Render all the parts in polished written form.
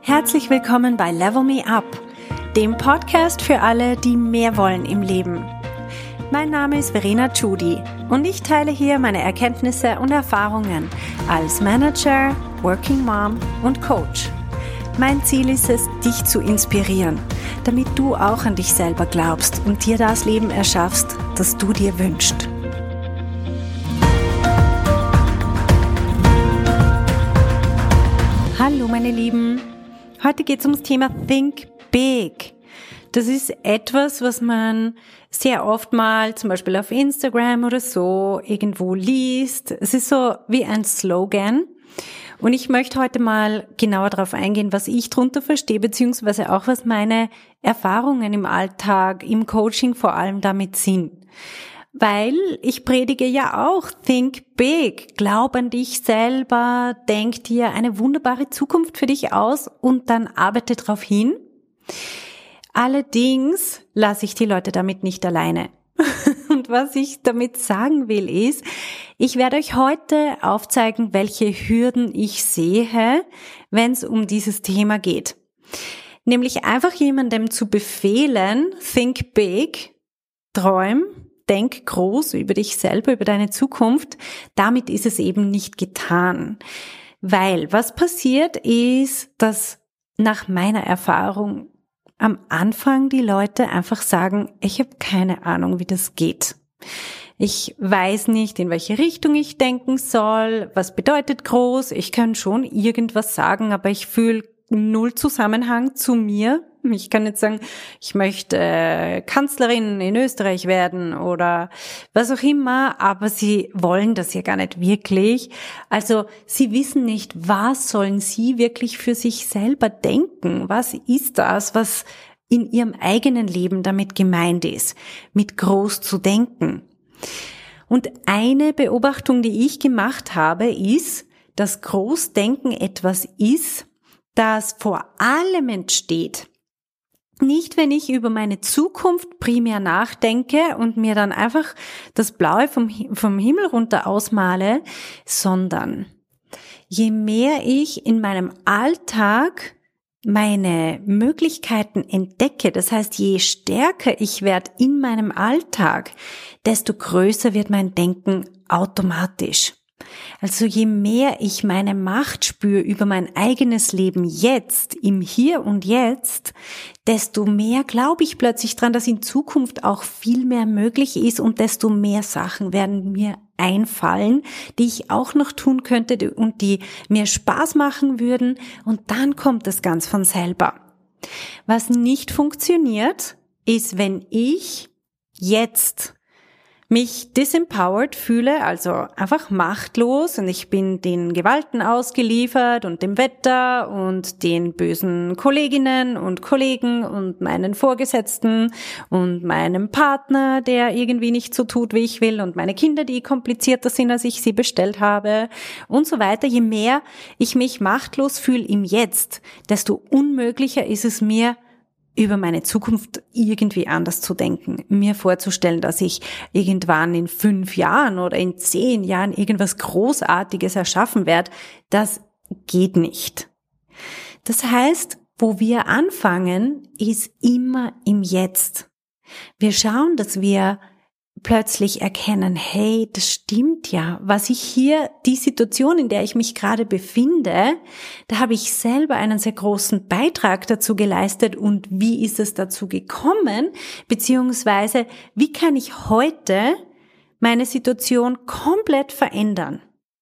Herzlich willkommen bei Level Me Up, dem Podcast für alle, die mehr wollen im Leben. Mein Name ist Verena Tschudi und ich teile hier meine Erkenntnisse und Erfahrungen als Manager, Working Mom und Coach. Mein Ziel ist es, dich zu inspirieren, damit du auch an dich selber glaubst und dir das Leben erschaffst, das du dir wünschst. Hallo meine Lieben, heute geht es ums Thema Think Big. Das ist etwas, was man sehr oft mal zum Beispiel auf Instagram oder so irgendwo liest. Es ist so wie ein Slogan. Und ich möchte heute mal genauer darauf eingehen, was ich drunter verstehe, beziehungsweise auch, was meine Erfahrungen im Alltag, im Coaching vor allem damit sind. Weil ich predige ja auch Think Big, glaub an dich selber, denk dir eine wunderbare Zukunft für dich aus und dann arbeite darauf hin. Allerdings lasse ich die Leute damit nicht alleine. Und was ich damit sagen will ist, ich werde euch heute aufzeigen, welche Hürden ich sehe, wenn es um dieses Thema geht. Nämlich einfach jemandem zu befehlen, think big, träum, denk groß über dich selber, über deine Zukunft. Damit ist es eben nicht getan. Weil was passiert ist, dass nach meiner Erfahrung am Anfang die Leute einfach sagen, ich habe keine Ahnung, wie das geht. Ich weiß nicht, in welche Richtung ich denken soll, was bedeutet groß. Ich kann schon irgendwas sagen, aber ich fühle null Zusammenhang zu mir. Ich kann jetzt sagen, ich möchte Kanzlerin in Österreich werden oder was auch immer, aber sie wollen das ja gar nicht wirklich. Also sie wissen nicht, was sollen sie wirklich für sich selber denken? Was ist das, was in ihrem eigenen Leben damit gemeint ist, mit groß zu denken? Und eine Beobachtung, die ich gemacht habe, ist, dass Großdenken etwas ist, das vor allem entsteht. Nicht, wenn ich über meine Zukunft primär nachdenke und mir dann einfach das Blaue vom Himmel runter ausmale, sondern je mehr ich in meinem Alltag meine Möglichkeiten entdecke, das heißt, je stärker ich werde in meinem Alltag, desto größer wird mein Denken automatisch. Also je mehr ich meine Macht spüre über mein eigenes Leben jetzt, im Hier und Jetzt, desto mehr glaube ich plötzlich dran, dass in Zukunft auch viel mehr möglich ist und desto mehr Sachen werden mir einfallen, die ich auch noch tun könnte und die mir Spaß machen würden, und dann kommt das ganz von selber. Was nicht funktioniert, ist, wenn ich jetzt mich disempowered fühle, also einfach machtlos, und ich bin den Gewalten ausgeliefert und dem Wetter und den bösen Kolleginnen und Kollegen und meinen Vorgesetzten und meinem Partner, der irgendwie nicht so tut, wie ich will, und meine Kinder, die komplizierter sind, als ich sie bestellt habe und so weiter. Je mehr ich mich machtlos fühle im Jetzt, desto unmöglicher ist es mir, über meine Zukunft irgendwie anders zu denken, mir vorzustellen, dass ich irgendwann in 5 Jahren oder in 10 Jahren irgendwas Großartiges erschaffen werde. Das geht nicht. Das heißt, wo wir anfangen, ist immer im Jetzt. Wir schauen, dass wir plötzlich erkennen, hey, das stimmt ja, was ich hier, die Situation, in der ich mich gerade befinde, da habe ich selber einen sehr großen Beitrag dazu geleistet, und wie ist es dazu gekommen, beziehungsweise wie kann ich heute meine Situation komplett verändern?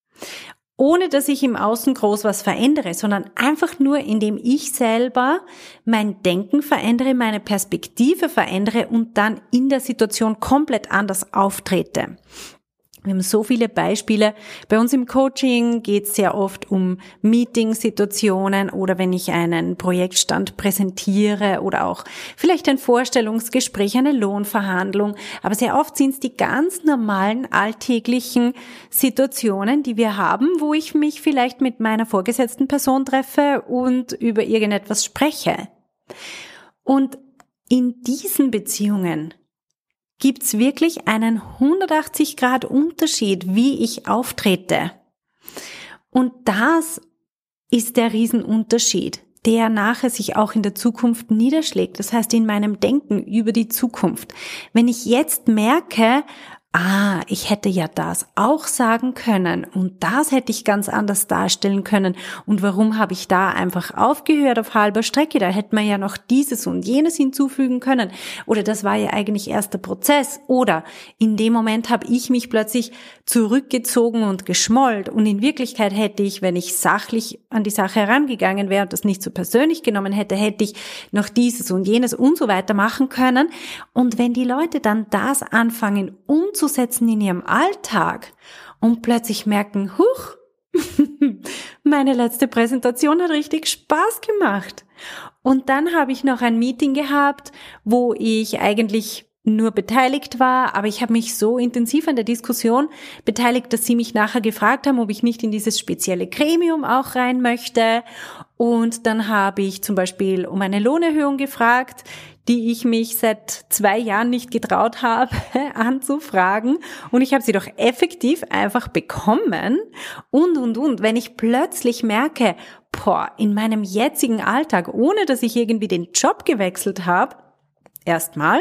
Ohne dass ich im Außen groß was verändere, sondern einfach nur, indem ich selber mein Denken verändere, meine Perspektive verändere und dann in der Situation komplett anders auftrete. Wir haben so viele Beispiele. Bei uns im Coaching geht es sehr oft um Meeting-Situationen oder wenn ich einen Projektstand präsentiere oder auch vielleicht ein Vorstellungsgespräch, eine Lohnverhandlung. Aber sehr oft sind es die ganz normalen alltäglichen Situationen, die wir haben, wo ich mich vielleicht mit meiner vorgesetzten Person treffe und über irgendetwas spreche. Und in diesen Beziehungen gibt's wirklich einen 180-Grad-Unterschied, wie ich auftrete. Und das ist der Riesenunterschied. der nachher sich auch in der Zukunft niederschlägt. Das heißt, in meinem Denken über die Zukunft. Wenn ich jetzt merke, ich hätte ja das auch sagen können und das hätte ich ganz anders darstellen können. Und warum habe ich da einfach aufgehört auf halber Strecke? Da hätte man ja noch dieses und jenes hinzufügen können. Oder das war ja eigentlich erst der Prozess. Oder in dem Moment habe ich mich plötzlich zurückgezogen und geschmollt. Und in Wirklichkeit hätte ich, wenn ich sachlich an die Sache herangegangen wäre und das nicht so persönlich genommen hätte, hätte ich noch dieses und jenes und so weiter machen können. Und wenn die Leute dann das anfangen umzusetzen in ihrem Alltag und plötzlich merken, huch, meine letzte Präsentation hat richtig Spaß gemacht. Und dann habe ich noch ein Meeting gehabt, wo ich eigentlich nur beteiligt war, aber ich habe mich so intensiv an der Diskussion beteiligt, dass sie mich nachher gefragt haben, ob ich nicht in dieses spezielle Gremium auch rein möchte. Und dann habe ich zum Beispiel um eine Lohnerhöhung gefragt, die ich mich seit 2 Jahren nicht getraut habe anzufragen. Und ich habe sie doch effektiv einfach bekommen. Und. Wenn ich plötzlich merke, in meinem jetzigen Alltag, ohne dass ich irgendwie den Job gewechselt habe, erstmal,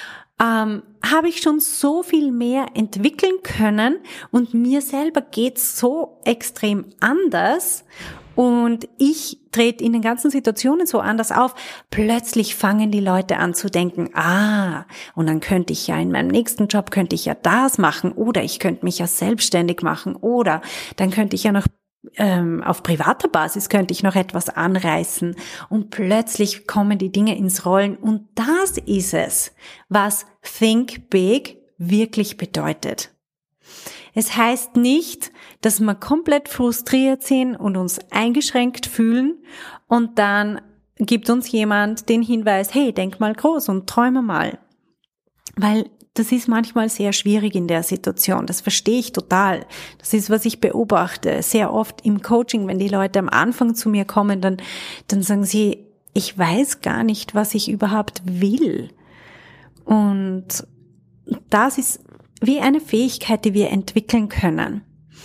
habe ich schon so viel mehr entwickeln können und mir selber geht's so extrem anders und ich trete in den ganzen Situationen so anders auf. Plötzlich fangen die Leute an zu denken, und dann könnte ich ja in meinem nächsten Job könnte ich ja das machen oder ich könnte mich ja selbstständig machen oder dann könnte ich ja noch auf privater Basis könnte ich noch etwas anreißen und plötzlich kommen die Dinge ins Rollen und das ist es, was Think Big wirklich bedeutet. Es heißt nicht, dass wir komplett frustriert sind und uns eingeschränkt fühlen und dann gibt uns jemand den Hinweis, hey, denk mal groß und träume mal. Weil das ist manchmal sehr schwierig in der Situation. Das verstehe ich total. Das ist, was ich beobachte. Sehr oft im Coaching, wenn die Leute am Anfang zu mir kommen, dann sagen sie, ich weiß gar nicht, was ich überhaupt will. Und das ist wie eine Fähigkeit, die wir entwickeln können.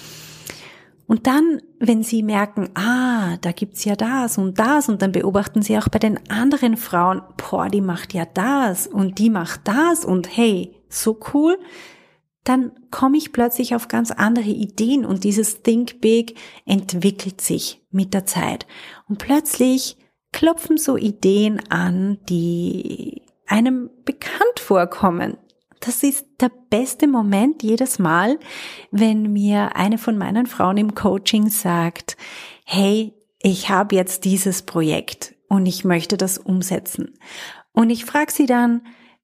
Und dann, wenn sie merken, da gibt's ja das und dann beobachten sie auch bei den anderen Frauen, die macht ja das und die macht das und hey, so cool, dann komme ich plötzlich auf ganz andere Ideen und dieses Think Big entwickelt sich mit der Zeit. Und plötzlich klopfen so Ideen an, die einem bekannt vorkommen. Das ist der beste Moment jedes Mal, wenn mir eine von meinen Frauen im Coaching sagt, hey, ich habe jetzt dieses Projekt und ich möchte das umsetzen. Und ich frage sie dann,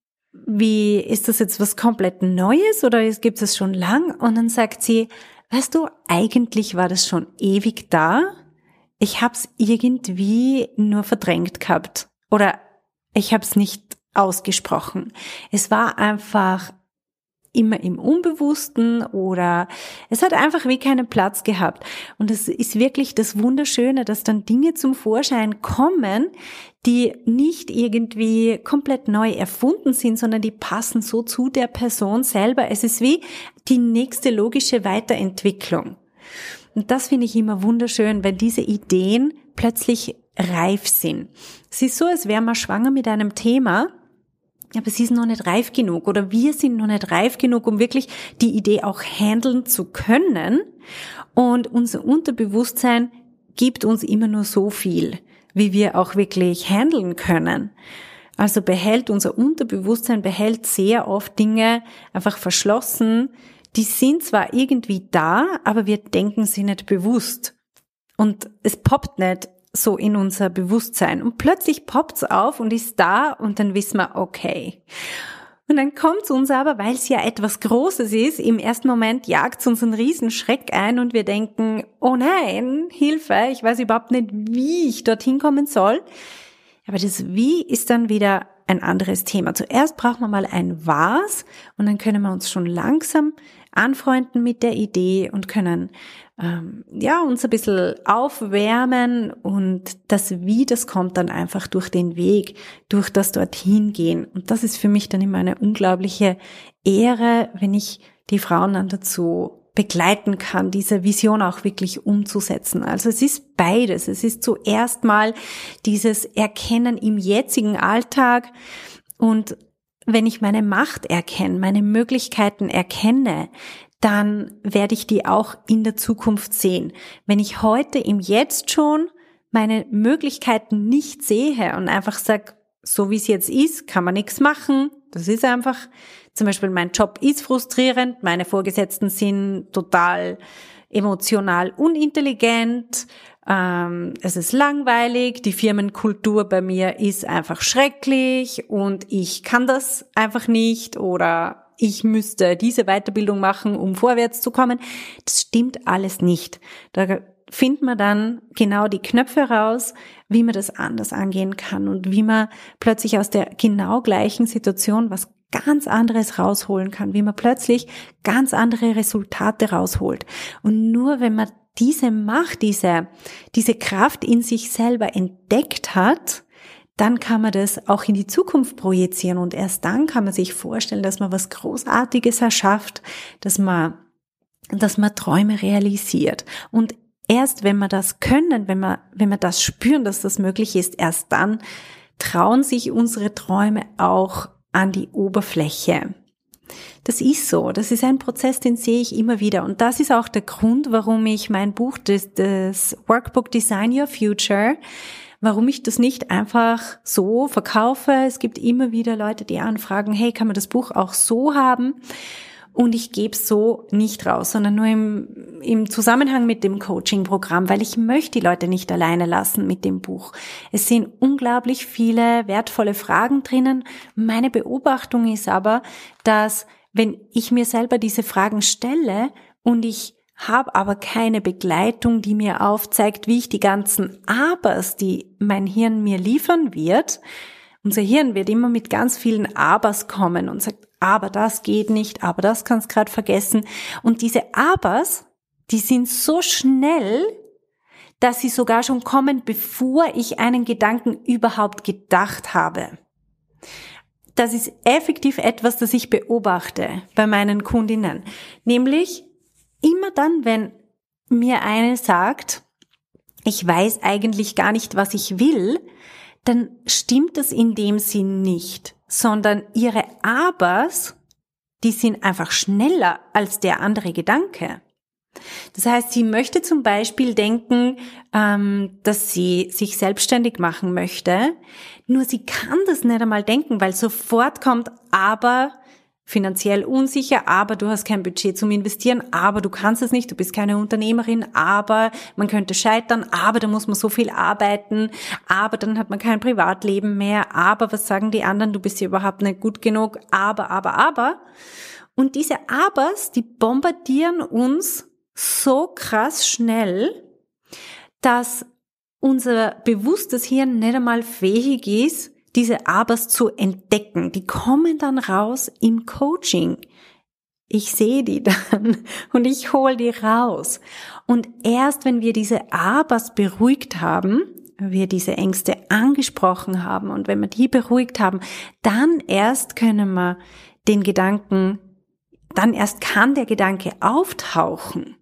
wie, ist das jetzt was komplett Neues oder gibt es schon lang? Und dann sagt sie, weißt du, eigentlich war das schon ewig da. Ich habe es irgendwie nur verdrängt gehabt oder ich habe es nicht ausgesprochen. Es war einfach immer im Unbewussten oder es hat einfach wie keinen Platz gehabt. Und es ist wirklich das Wunderschöne, dass dann Dinge zum Vorschein kommen, die nicht irgendwie komplett neu erfunden sind, sondern die passen so zu der Person selber. Es ist wie die nächste logische Weiterentwicklung. Und das finde ich immer wunderschön, wenn diese Ideen plötzlich reif sind. Es ist so, als wäre man schwanger mit einem Thema, aber sie ist noch nicht reif genug oder wir sind noch nicht reif genug, um wirklich die Idee auch handeln zu können. Und unser Unterbewusstsein gibt uns immer nur so viel, wie wir auch wirklich handeln können. Also unser Unterbewusstsein behält sehr oft Dinge einfach verschlossen. Die sind zwar irgendwie da, aber wir denken sie nicht bewusst. Und es poppt nicht so in unser Bewusstsein. Und plötzlich poppt's auf und ist da und dann wissen wir, okay. Und dann kommt's uns aber, weil es ja etwas Großes ist, im ersten Moment jagt's uns einen riesen Schreck ein und wir denken, oh nein, Hilfe, ich weiß überhaupt nicht, wie ich dorthin kommen soll. Aber das Wie ist dann wieder ein anderes Thema. Zuerst brauchen wir mal ein Was und dann können wir uns schon langsam anfreunden mit der Idee und können uns ein bisschen aufwärmen und das Wie, das kommt dann einfach durch den Weg, durch das dorthin gehen. Und das ist für mich dann immer eine unglaubliche Ehre, wenn ich die Frauen dann dazu begleiten kann, diese Vision auch wirklich umzusetzen. Also es ist beides. Es ist zuerst mal dieses Erkennen im jetzigen Alltag, und wenn ich meine Macht erkenne, meine Möglichkeiten erkenne, dann werde ich die auch in der Zukunft sehen. Wenn ich heute im Jetzt schon meine Möglichkeiten nicht sehe und einfach sage, so wie es jetzt ist, kann man nichts machen, das ist einfach, zum Beispiel mein Job ist frustrierend, meine Vorgesetzten sind total emotional unintelligent, es ist langweilig, die Firmenkultur bei mir ist einfach schrecklich und ich kann das einfach nicht, oder ich müsste diese Weiterbildung machen, um vorwärts zu kommen. Das stimmt alles nicht. Da findet man dann genau die Knöpfe raus, wie man das anders angehen kann und wie man plötzlich aus der genau gleichen Situation was ganz anderes rausholen kann, wie man plötzlich ganz andere Resultate rausholt. Und nur wenn man diese Macht, diese Kraft in sich selber entdeckt hat, dann kann man das auch in die Zukunft projizieren, und erst dann kann man sich vorstellen, dass man was Großartiges erschafft, dass man Träume realisiert. Und erst wenn wir das können, wenn wir das spüren, dass das möglich ist, erst dann trauen sich unsere Träume auch an die Oberfläche. Das ist so. Das ist ein Prozess, den sehe ich immer wieder. Und das ist auch der Grund, warum ich mein Buch, das Workbook Design Your Future, warum ich das nicht einfach so verkaufe. Es gibt immer wieder Leute, die anfragen, hey, kann man das Buch auch so haben? Und ich gebe es so nicht raus, sondern nur im Zusammenhang mit dem Coaching-Programm, weil ich möchte die Leute nicht alleine lassen mit dem Buch. Es sind unglaublich viele wertvolle Fragen drinnen. Meine Beobachtung ist aber, dass wenn ich mir selber diese Fragen stelle und ich habe aber keine Begleitung, die mir aufzeigt, wie ich die ganzen Abers, die mein Hirn mir liefern wird, unser Hirn wird immer mit ganz vielen Abers kommen und sagt, aber das geht nicht, aber das kannst gerade vergessen. Und diese Abers, die sind so schnell, dass sie sogar schon kommen, bevor ich einen Gedanken überhaupt gedacht habe. Das ist effektiv etwas, das ich beobachte bei meinen Kundinnen. Nämlich immer dann, wenn mir eine sagt, ich weiß eigentlich gar nicht, was ich will, dann stimmt das in dem Sinn nicht, sondern ihre Abers, die sind einfach schneller als der andere Gedanke. Das heißt, sie möchte zum Beispiel denken, dass sie sich selbstständig machen möchte, nur sie kann das nicht einmal denken, weil sofort kommt aber finanziell unsicher, aber du hast kein Budget zum Investieren, aber du kannst es nicht, du bist keine Unternehmerin, aber man könnte scheitern, aber da muss man so viel arbeiten, aber dann hat man kein Privatleben mehr, aber was sagen die anderen, du bist ja überhaupt nicht gut genug, aber. Und diese Abers, die bombardieren uns so krass schnell, dass unser bewusstes Hirn nicht einmal fähig ist, diese Abers zu entdecken. Die kommen dann raus im Coaching. Ich sehe die dann und ich hole die raus. Und erst wenn wir diese Abers beruhigt haben, wir diese Ängste angesprochen haben und wenn wir die beruhigt haben, dann erst können wir den Gedanken, dann erst kann der Gedanke auftauchen.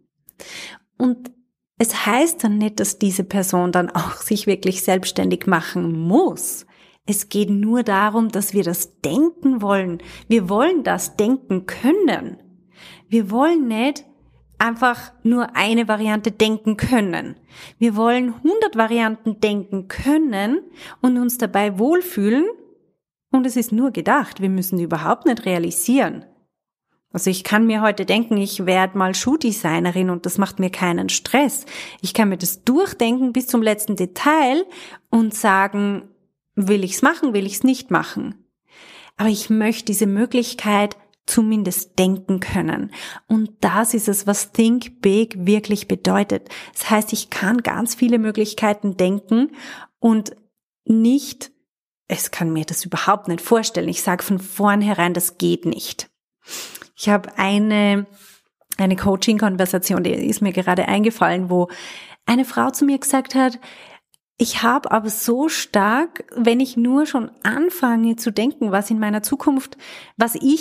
Und es heißt dann nicht, dass diese Person dann auch sich wirklich selbstständig machen muss. Es geht nur darum, dass wir das denken wollen. Wir wollen das denken können. Wir wollen nicht einfach nur eine Variante denken können. Wir wollen 100 Varianten denken können und uns dabei wohlfühlen. Und es ist nur gedacht. Wir müssen überhaupt nicht realisieren. Also ich kann mir heute denken, ich werde mal Schuhdesignerin und das macht mir keinen Stress. Ich kann mir das durchdenken bis zum letzten Detail und sagen, will ich's machen, will ich's nicht machen? Aber ich möchte diese Möglichkeit zumindest denken können. Und das ist es, was Think Big wirklich bedeutet. Das heißt, ich kann ganz viele Möglichkeiten denken und nicht, es kann mir das überhaupt nicht vorstellen. Ich sage von vornherein, das geht nicht. Ich habe eine Coaching-Konversation, die ist mir gerade eingefallen, wo eine Frau zu mir gesagt hat, ich habe aber so stark, wenn ich nur schon anfange zu denken, was in meiner Zukunft, was ich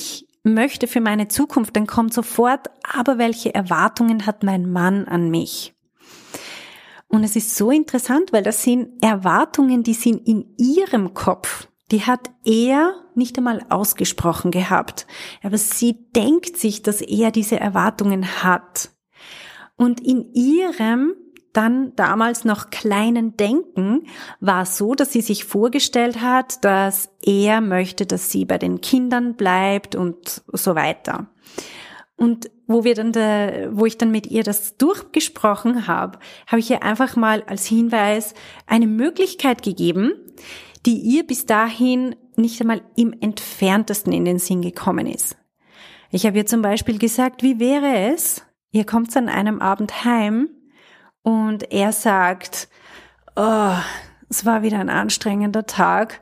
möchte für meine Zukunft, dann kommt sofort, aber welche Erwartungen hat mein Mann an mich? Und es ist so interessant, weil das sind Erwartungen, die sind in ihrem Kopf. Die hat er nicht einmal ausgesprochen gehabt. Aber sie denkt sich, dass er diese Erwartungen hat. Und in ihrem dann damals noch kleinen Denken war es so, dass sie sich vorgestellt hat, dass er möchte, dass sie bei den Kindern bleibt und so weiter. Und wo ich dann mit ihr das durchgesprochen habe, habe ich ihr einfach mal als Hinweis eine Möglichkeit gegeben, die ihr bis dahin nicht einmal im Entferntesten in den Sinn gekommen ist. Ich habe ihr zum Beispiel gesagt, wie wäre es, ihr kommt an einem Abend heim und er sagt, oh, es war wieder ein anstrengender Tag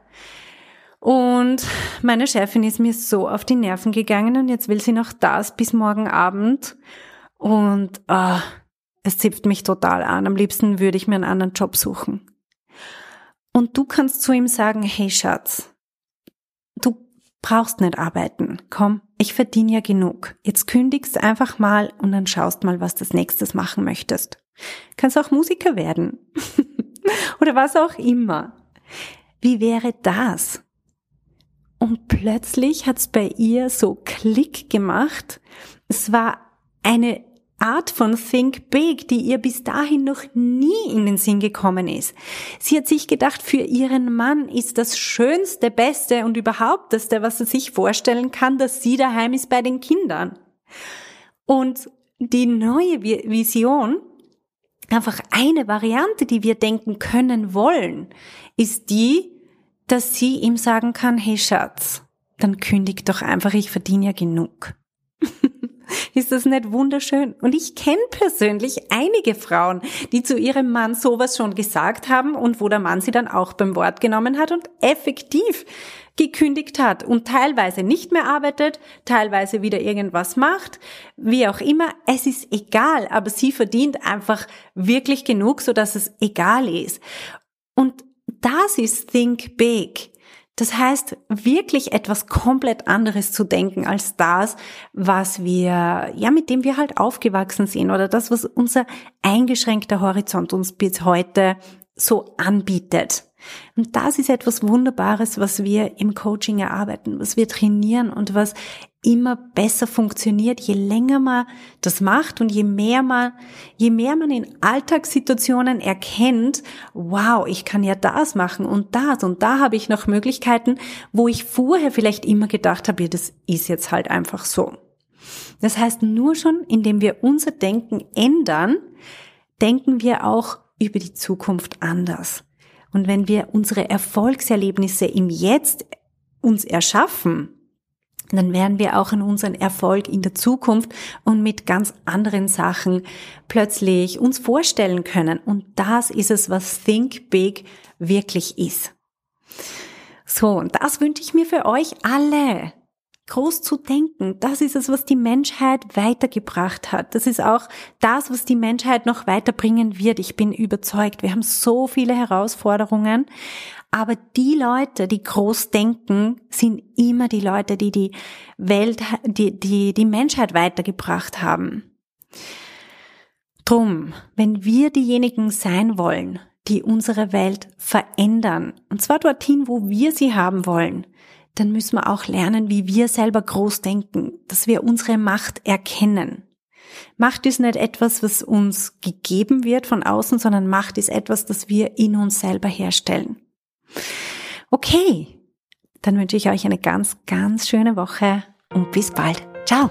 und meine Chefin ist mir so auf die Nerven gegangen und jetzt will sie noch das bis morgen Abend und es zipft mich total an. Am liebsten würde ich mir einen anderen Job suchen. Und du kannst zu ihm sagen, hey Schatz, du brauchst nicht arbeiten. Komm, ich verdiene ja genug. Jetzt kündigst einfach mal und dann schaust mal, was du als nächstes machen möchtest. Kannst auch Musiker werden. Oder was auch immer. Wie wäre das? Und plötzlich hat's bei ihr so Klick gemacht. Es war eine Art von Think Big, die ihr bis dahin noch nie in den Sinn gekommen ist. Sie hat sich gedacht, für ihren Mann ist das Schönste, Beste und Überhaupteste, was sie sich vorstellen kann, dass sie daheim ist bei den Kindern. Und die neue Vision, einfach eine Variante, die wir denken können wollen, ist die, dass sie ihm sagen kann, hey Schatz, dann kündig doch einfach, ich verdiene ja genug. Ist das nicht wunderschön? Und ich kenne persönlich einige Frauen, die zu ihrem Mann sowas schon gesagt haben und wo der Mann sie dann auch beim Wort genommen hat und effektiv gekündigt hat und teilweise nicht mehr arbeitet, teilweise wieder irgendwas macht, wie auch immer. Es ist egal, aber sie verdient einfach wirklich genug, sodass es egal ist. Und das ist Think Big. Das heißt, wirklich etwas komplett anderes zu denken als das, was wir, mit dem wir halt aufgewachsen sind oder das, was unser eingeschränkter Horizont uns bis heute so anbietet. Und das ist etwas Wunderbares, was wir im Coaching erarbeiten, was wir trainieren und was immer besser funktioniert, je länger man das macht und je mehr man in Alltagssituationen erkennt, wow, ich kann ja das machen und da habe ich noch Möglichkeiten, wo ich vorher vielleicht immer gedacht habe, ja, das ist jetzt halt einfach so. Das heißt, nur schon, indem wir unser Denken ändern, denken wir auch über die Zukunft anders. Und wenn wir unsere Erfolgserlebnisse im Jetzt uns erschaffen, dann werden wir auch an unseren Erfolg in der Zukunft und mit ganz anderen Sachen plötzlich uns vorstellen können. Und das ist es, was Think Big wirklich ist. So, und das wünsche ich mir für euch alle. Groß zu denken, das ist es, was die Menschheit weitergebracht hat. Das ist auch das, was die Menschheit noch weiterbringen wird. Ich bin überzeugt, wir haben so viele Herausforderungen, aber die Leute, die groß denken, sind immer die Leute, die die Welt, die Menschheit weitergebracht haben. Drum, wenn wir diejenigen sein wollen, die unsere Welt verändern, und zwar dorthin, wo wir sie haben wollen, dann müssen wir auch lernen, wie wir selber groß denken, dass wir unsere Macht erkennen. Macht ist nicht etwas, was uns gegeben wird von außen, sondern Macht ist etwas, das wir in uns selber herstellen. Okay, dann wünsche ich euch eine ganz, ganz schöne Woche und bis bald. Ciao!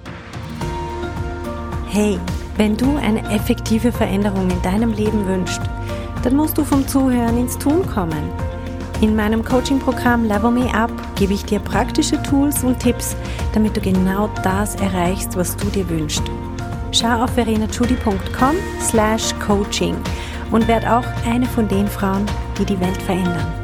Hey, wenn du eine effektive Veränderung in deinem Leben wünschst, dann musst du vom Zuhören ins Tun kommen. In meinem Coaching-Programm Level Me Up gebe ich dir praktische Tools und Tipps, damit du genau das erreichst, was du dir wünschst. Schau auf verenachudi.com/coaching und werd auch eine von den Frauen, die die Welt verändern.